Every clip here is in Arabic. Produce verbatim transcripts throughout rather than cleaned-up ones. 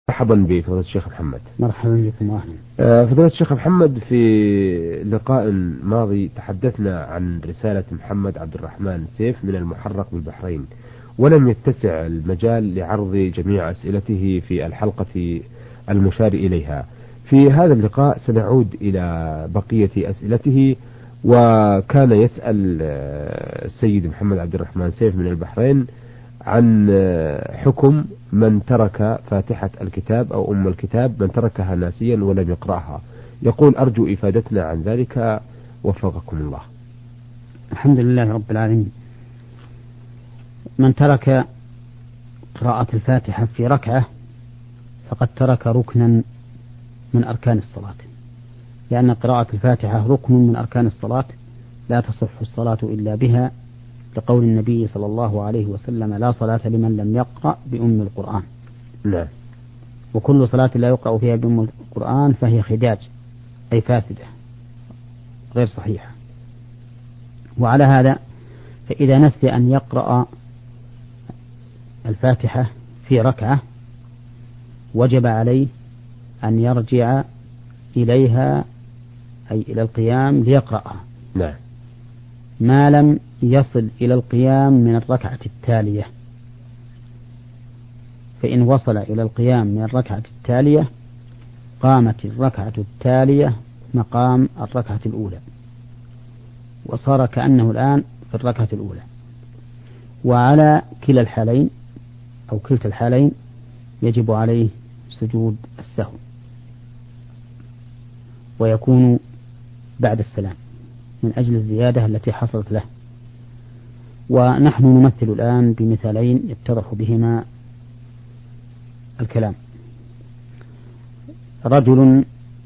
مرحبا بفضيلة الشيخ محمد. مرحبا بكم واهلا. فضيلة الشيخ محمد، في لقاء ماضي تحدثنا عن رسالة محمد عبد الرحمن سيف من المحرق بالبحرين، ولم يتسع المجال لعرض جميع أسئلته في الحلقة المشار إليها. في هذا اللقاء سنعود إلى بقية أسئلته، وكان يسأل السيد محمد عبد الرحمن سيف من البحرين عن حكم من ترك فاتحة الكتاب أو أم الكتاب، من تركها ناسيا ولم يقرأها. يقول: أرجو إفادتنا عن ذلك وفقكم الله. الحمد لله رب العالمين. من ترك قراءة الفاتحة في ركعة فقد ترك ركنا من أركان الصلاة، لأن قراءة الفاتحة ركن من أركان الصلاة، لا تصح الصلاة إلا بها، لقول النبي صلى الله عليه وسلم: لا صلاة لمن لم يقرأ بأم القرآن. لا. وكل صلاة لا يقرأ فيها بأم القرآن فهي خداج، أي فاسدة غير صحيحة. وعلى هذا فإذا نسي أن يقرأ الفاتحة في ركعة وجب عليه أن يرجع إليها، أي إلى القيام ليقرأها. لا. ما لم يصل إلى القيام من الركعة التالية، فإن وصل إلى القيام من الركعة التالية قامت الركعة التالية مقام الركعة الأولى، وصار كأنه الآن في الركعة الأولى. وعلى كلا الحالين أو كلتا الحالين يجب عليه سجود السهو، ويكون بعد السلام من أجل الزيادة التي حصلت له. ونحن نمثل الآن بمثالين يتضح بهما الكلام. رجل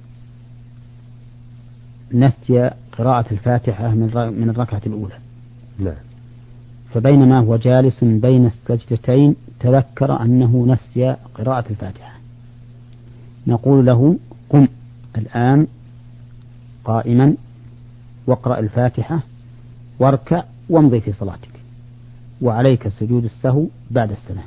نسي قراءة الفاتحة من الركعة الأولى، لا. فبينما هو جالس بين السجدتين تذكر أنه نسي قراءة الفاتحة، نقول له: قم الآن قائما واقرأ الفاتحة واركع وامضي في صلاتك، وعليك سجود السهو بعد السلام.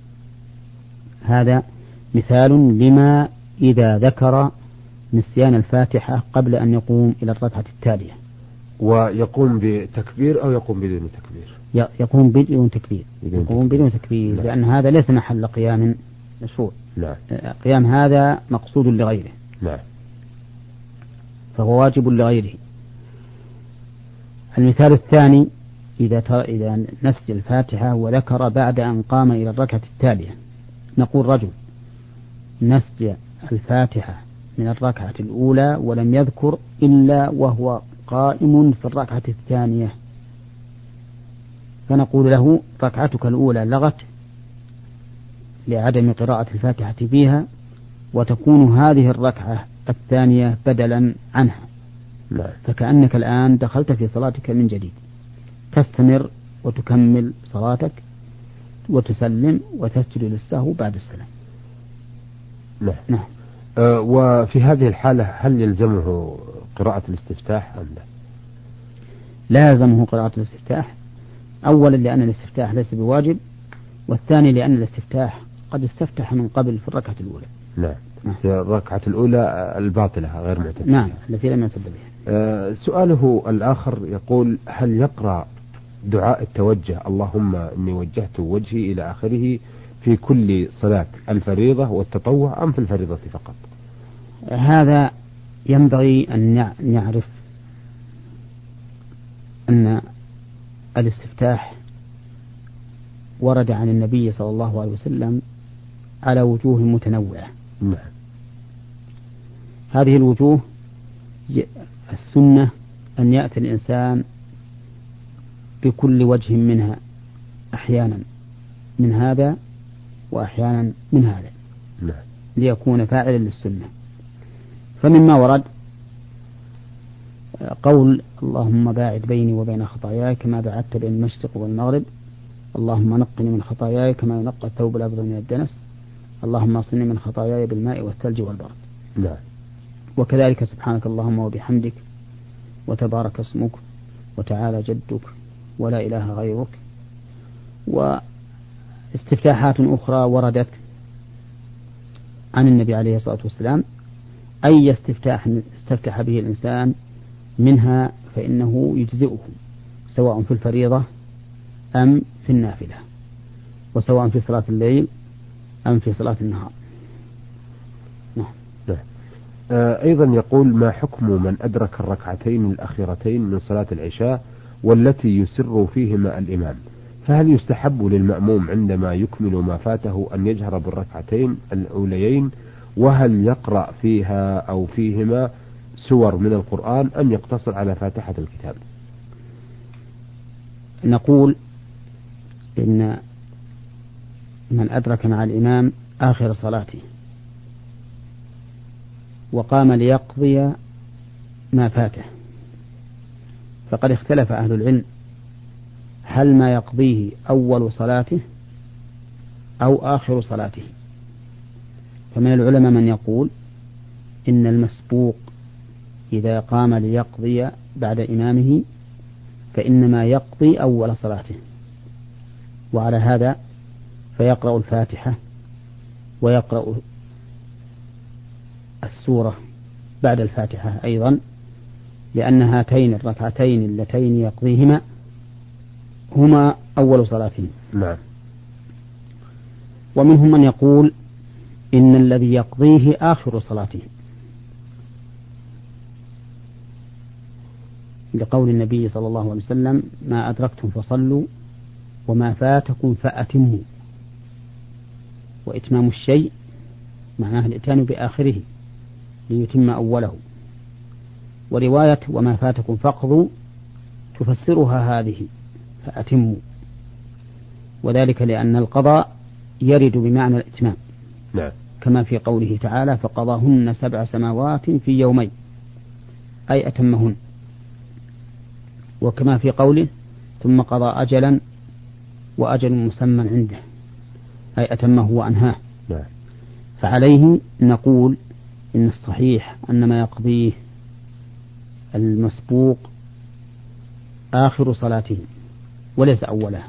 هذا مثال لما إذا ذكر نسيان الفاتحة قبل أن يقوم إلى الركعة التالية. ويقوم بتكبير أو يقوم بدون تكبير؟ يقوم بدون تكبير. بدون يقوم تكبير. بدون تكبير. لا. لأن هذا ليس محل قيام مشروع. لا. قيام هذا مقصود لغيره. لا. فهو واجب لغيره. المثال الثاني: إذا إذا نسي الفاتحة وذكر بعد أن قام إلى الركعة التالية، نقول: رجل نسي الفاتحة من الركعة الأولى ولم يذكر إلا وهو قائم في الركعة الثانية، فنقول له: ركعتك الأولى لغت لعدم قراءة الفاتحة فيها، وتكون هذه الركعة الثانية بدلا عنها. لا. فكأنك الآن دخلت في صلاتك من جديد، تستمر وتكمل صلاتك وتسلم وتسجد للسهو بعد السلام. لا. نعم. أه وفي هذه الحالة هل يلزمه قراءة الاستفتاح أم لا؟ لا يلزمه قراءة الاستفتاح، أولا لأن الاستفتاح ليس بواجب، والثاني لأن الاستفتاح قد استفتح من قبل في الركعة الأولى. نعم. في الركعة الأولى الباطلة غير معتد بها. نعم، التي لم يعتد بها. أه سؤاله الآخر يقول: هل يقرأ دعاء التوجه اللهم إني وجهت وجهي إلى آخره في كل صلاة الفريضة والتطوع أم في الفريضة فقط؟ هذا ينبغي أن نعرف أن الاستفتاح ورد عن النبي صلى الله عليه وسلم على وجوه متنوعة. نعم. هذه الوجوه السنة أن يأتي الإنسان بكل وجه منها، أحيانا من هذا وأحيانا من هذا. نعم. ليكون فاعلا للسنة. فمما ورد قول: اللهم باعد بيني وبين خطاياي كما بعدت بين المشرق والمغرب، اللهم نقني من خطاياي كما ينقى الثوب الأبيض من الدنس، اللهم اصلني من خطاياي بالماء والثلج والبرد. نعم. وكذلك سبحانك اللهم وبحمدك وتبارك اسمك وتعالى جدك ولا إله غيرك. واستفتاحات أخرى وردت عن النبي عليه الصلاة والسلام أي استفتاح استفتح به الإنسان منها فإنه يجزئه، سواء في الفريضة أم في النافلة، وسواء في صلاة الليل أم في صلاة النهار. نعم. آه أيضا يقول: ما حكم من أدرك الركعتين الأخيرتين من صلاة العشاء والتي يسر فيهما الإمام؟ فهل يستحب للمأموم عندما يكمل ما فاته أن يجهر بالركعتين الأوليين؟ وهل يقرأ فيها أو فيهما سور من القرآن أم يقتصر على فاتحة الكتاب؟ نقول إن من أدرك مع الإمام آخر صلاته وقام ليقضي ما فاته فقد اختلف أهل العلم هل ما يقضيه أول صلاته أو آخر صلاته. فمن العلماء من يقول إن المسبوق إذا قام ليقضي بعد إمامه فإنما يقضي أول صلاته، وعلى هذا فيقرأ الفاتحة ويقرأ السورة بعد الفاتحة أيضا، لأن هاتين الركعتين اللتين يقضيهما هما أول صلاته. نعم. ومنهم من يقول إن الذي يقضيه آخر صلاته، لقول النبي صلى الله عليه وسلم: ما أدركتم فصلوا وما فاتكم فأتموا. وإتمام الشيء معناه الإتيان بآخره ليتم أوله. ورواية وما فاتكم فاقضوا تفسرها هذه فأتموا، وذلك لأن القضاء يرد بمعنى الإتمام. نعم. كما في قوله تعالى: فقضاهن سبع سماوات في يومين، أي أتمهن. وكما في قوله: ثم قضى أجلا وأجل مسمى عنده، أي أتمه وأنهاه. نعم. فعليه نقول إن الصحيح أن ما يقضيه المسبوق آخر صلاته وليس أولها.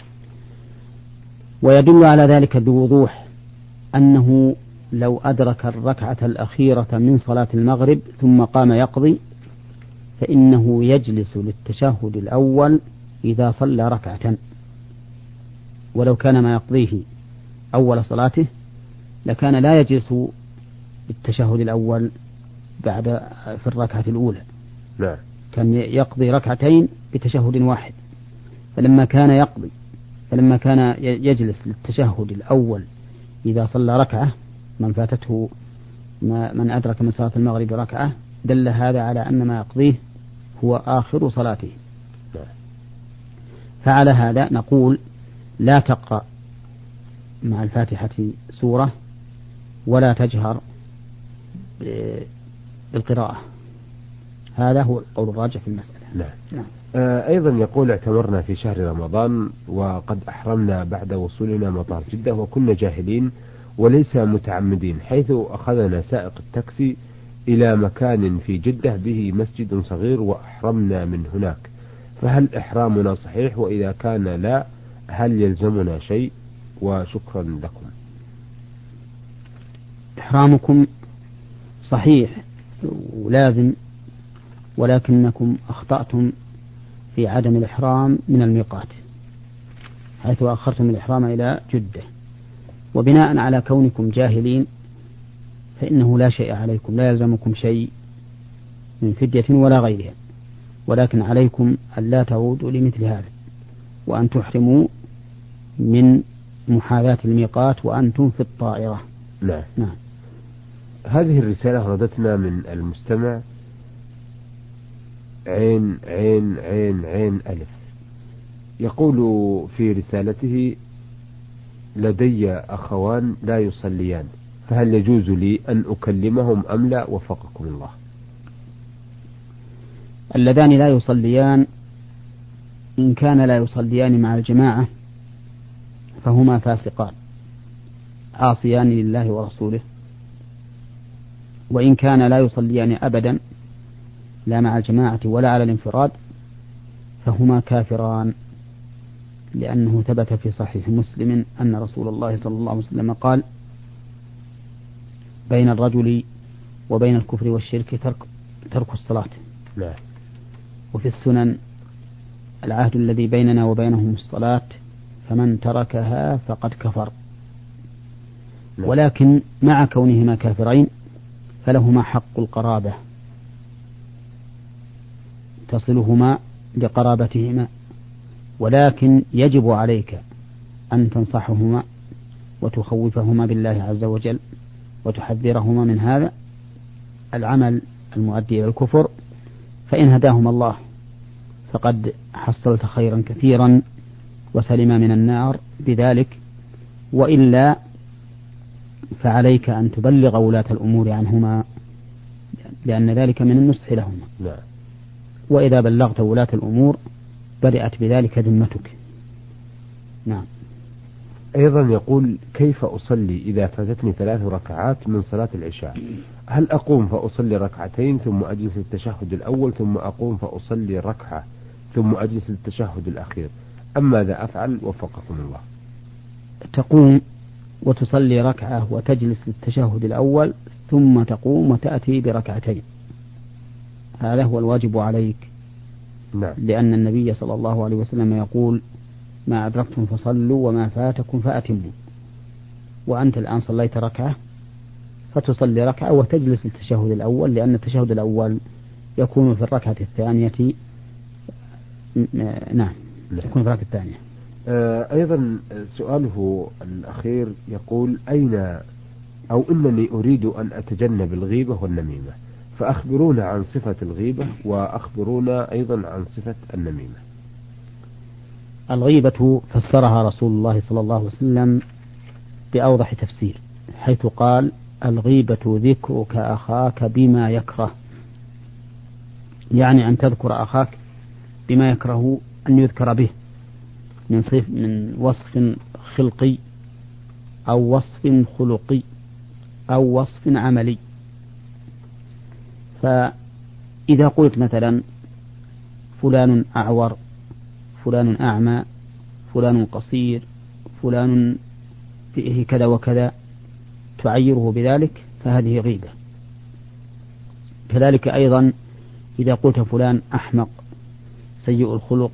ويدل على ذلك بوضوح أنه لو أدرك الركعة الأخيرة من صلاة المغرب ثم قام يقضي فإنه يجلس للتشهد الأول إذا صلى ركعة، ولو كان ما يقضيه أول صلاته لكان لا يجلس للتشهد الأول بعد في الركعة الأولى. لا. كان يقضي ركعتين بتشهد واحد، فلما كان يقضي فلما كان يجلس للتشهد الأول إذا صلى ركعة، من فاتته ما من أدرك من صلاة المغرب ركعة، دل هذا على أن ما يقضيه هو آخر صلاته. فعلى هذا نقول: لا تقرأ مع الفاتحة سورة ولا تجهر بالقراءة. هذا هو القول الراجح في المسألة. نعم. نعم. آه أيضا يقول: اعتمرنا في شهر رمضان وقد أحرمنا بعد وصولنا مطار جدة وكنا جاهلين وليس متعمدين، حيث أخذنا سائق التاكسي إلى مكان في جدة به مسجد صغير وأحرمنا من هناك، فهل إحرامنا صحيح؟ وإذا كان لا هل يلزمنا شيء؟ وشكرا لكم. إحرامكم صحيح ولازم، ولكنكم أخطأتم في عدم الإحرام من الميقات، حيث أخرتم الإحرام إلى جدة، وبناء على كونكم جاهلين فإنه لا شيء عليكم، لا يلزمكم شيء من فدية ولا غيرها، ولكن عليكم أن لا تعودوا لمثل هذا، وأن تحرموا من محاذاة الميقات وأنتم في الطائرة. نعم. نعم. هذه الرسالة وردتنا من المستمع عين عين عين عين ألف، يقول في رسالته: لدي أخوان لا يصليان، فهل يجوز لي أن أكلمهم أم لا؟ وفقكم الله. اللذان لا يصليان إن كان لا يصليان مع الجماعة فهما فاسقان عاصيان لله ورسوله، وإن كان لا يصليان أبدا لا مع الجماعة ولا على الانفراد فهما كافران، لأنه ثبت في صحيح مسلم أن رسول الله صلى الله عليه وسلم قال: بين الرجل وبين الكفر والشرك ترك, ترك الصلاة. لا. وفي السنن العهد الذي بيننا وبينهم الصلاة فمن تركها فقد كفر. لا. ولكن مع كونهما كافرين فلهما حق القرابة تصلهما لقرابتهما، ولكن يجب عليك أن تنصحهما وتخوفهما بالله عز وجل وتحذرهما من هذا العمل المؤدي إلى الكفر، فإن هداهما الله فقد حصلت خيرا كثيرا وسلما من النار بذلك، وإلا فعليك أن تبلغ ولاة الأمور عنهما لأن ذلك من النصح لهما. لا. وإذا بلغت ولاة الأمور برئت بذلك ذمتك. نعم. أيضا يقول: كيف أصلي إذا فاتتني ثلاث ركعات من صلاة العشاء؟ هل أقوم فأصلي ركعتين ثم أجلس للتشهد الأول ثم أقوم فأصلي ركعة ثم أجلس للتشهد الأخير، أم ماذا أفعل وفقكم الله؟ تقوم وتصلي ركعة وتجلس للتشهد الأول ثم تقوم وتأتي بركعتين، هذا هو الواجب عليك. نعم. لأن النبي صلى الله عليه وسلم يقول: ما أدركتم فصلوا وما فاتكم فأتموا. وأنت الآن صليت ركعة فتصلي ركعة وتجلس للتشهد الأول، لأن التشهد الأول يكون في الركعة الثانية. نعم. يكون في الركعة الثانية. أيضا سؤاله الأخير يقول: أين أو إنني أريد أن أتجنب الغيبة والنميمة، فأخبرونا عن صفة الغيبة وأخبرونا أيضا عن صفة النميمة. الغيبة فسرها رسول الله صلى الله عليه وسلم بأوضح تفسير، حيث قال: الغيبة ذكرك أخاك بما يكره، يعني أن تذكر أخاك بما يكره أن يذكر به من صف من وصف خلقي أو وصف خلقي أو وصف عملي. فإذا قلت مثلا فلان أعور، فلان أعمى، فلان قصير، فلان فيه كذا وكذا، تعيره بذلك فهذه غيبة. كذلك أيضا إذا قلت فلان أحمق سيء الخلق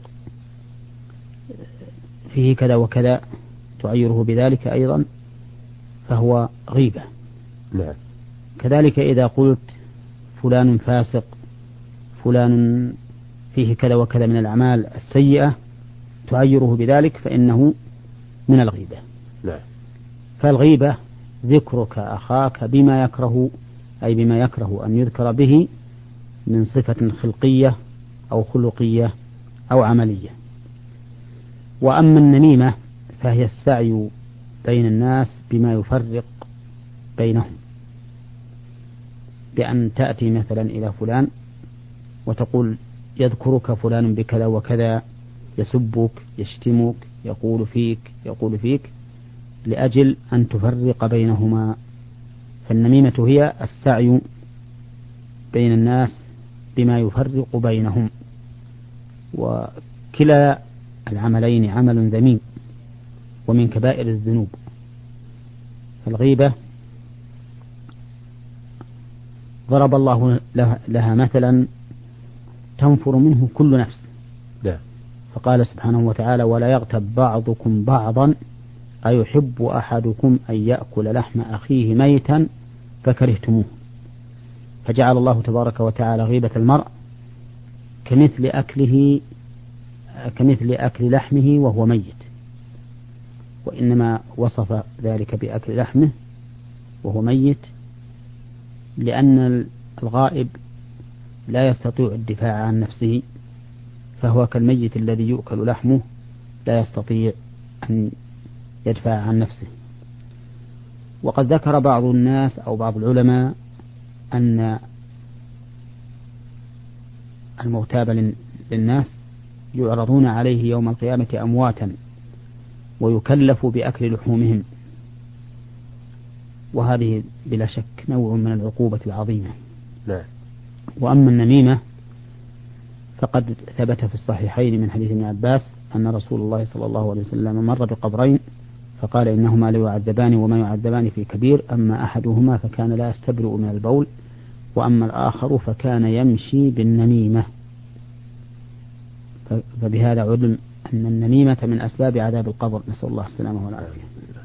فيه كذا وكذا، تعيره بذلك أيضا فهو غيبة. نعم. كذلك إذا قلت فلان فاسق، فلان فيه كذا وكذا من الأعمال السيئة، تعيره بذلك فإنه من الغيبة. نعم. فالغيبة ذكرك أخاك بما يكره، أي بما يكره أن يذكر به من صفة خلقية أو خلقية أو عملية. وأما النميمة فهي السعي بين الناس بما يفرق بينهم، بأن تأتي مثلا إلى فلان وتقول يذكرك فلان بكذا وكذا، يسبك، يشتمك، يقول فيك يقول فيك لأجل أن تفرق بينهما. فالنميمة هي السعي بين الناس بما يفرق بينهم، وكلا العملين عمل ذميم ومن كبائر الذنوب. الغيبة ضرب الله لها مثلا تنفر منه كل نفس. ده. فقال سبحانه وتعالى: ولا يغتب بعضكم بعضا أيحب أحدكم أن يأكل لحم أخيه ميتا فكرهتموه. فجعل الله تبارك وتعالى غيبة المرء كمثل أكله كمثل أكل لحمه وهو ميت، وإنما وصف ذلك بأكل لحمه وهو ميت لأن الغائب لا يستطيع الدفاع عن نفسه، فهو كالميت الذي يؤكل لحمه لا يستطيع أن يدفع عن نفسه. وقد ذكر بعض الناس أو بعض العلماء أن المغتاب للناس يعرضون عليه يوم القيامة أمواتا ويكلف بأكل لحومهم، وهذه بلا شك نوع من العقوبة العظيمة. لا. وأما النميمة فقد ثبت في الصحيحين من حديث ابن عباس أن رسول الله صلى الله عليه وسلم مر بقبرين فقال إنهما لا يعذبان وما يعذبان في كبير، أما أحدهما فكان لا يستبرئ من البول، وأما الآخر فكان يمشي بالنميمة. فبهذا علم أن النميمة من أسباب عذاب القبر، نسأل الله السلامة والعافية.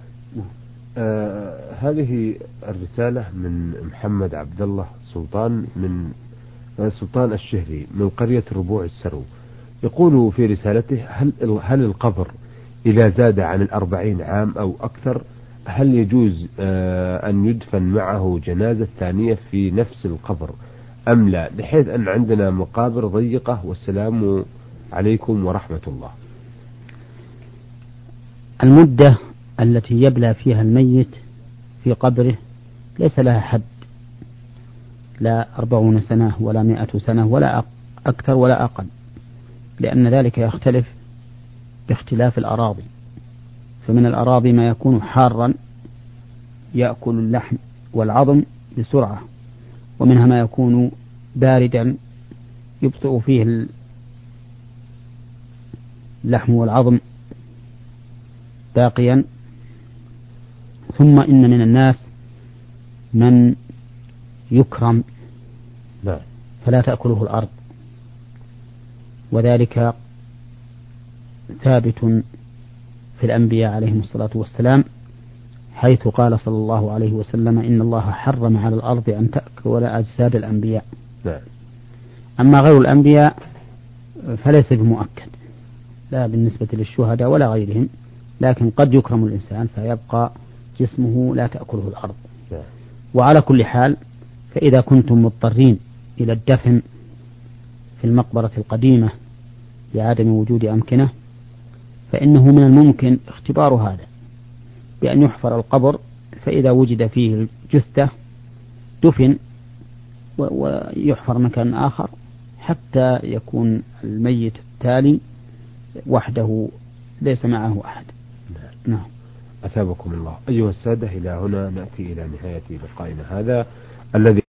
آه هذه الرسالة من محمد عبد الله سلطان من آه سلطان الشهري من قرية ربوع السرو، يقول في رسالته: هل هل القبر إذا زاد عن الأربعين عام أو أكثر هل يجوز آه أن يدفن معه جنازة ثانية في نفس القبر أم لا، بحيث أن عندنا مقابر ضيقة، والسلام عليكم ورحمة الله. المدة التي يبلى فيها الميت في قبره ليس لها حد، لا أربعون سنة ولا مائة سنة ولا أكثر ولا أقل، لأن ذلك يختلف باختلاف الأراضي. فمن الأراضي ما يكون حارا يأكل اللحم والعظم بسرعة، ومنها ما يكون باردا يبطئ فيه اللحم والعظم باقيا. ثم إن من الناس من يكرم فلا تأكله الأرض، وذلك ثابت في الأنبياء عليهم الصلاة والسلام، حيث قال صلى الله عليه وسلم: إن الله حرم على الأرض أن تأكل أجساد الأنبياء. أما غير الأنبياء فليس بمؤكد، لا بالنسبة للشهداء ولا غيرهم، لكن قد يكرم الإنسان فيبقى جسمه لا تأكله الأرض. وعلى كل حال، فإذا كنتم مضطرين إلى الدفن في المقبرة القديمة لعدم وجود أمكنة، فإنه من الممكن اختبار هذا بأن يحفر القبر، فإذا وجد فيه الجثة دفن ويحفر مكان آخر حتى يكون الميت التالي وحده ليس معه أحد. نعم. أثابكم الله. أيها السادة، إلى هنا نأتي إلى نهاية لقائنا هذا الذي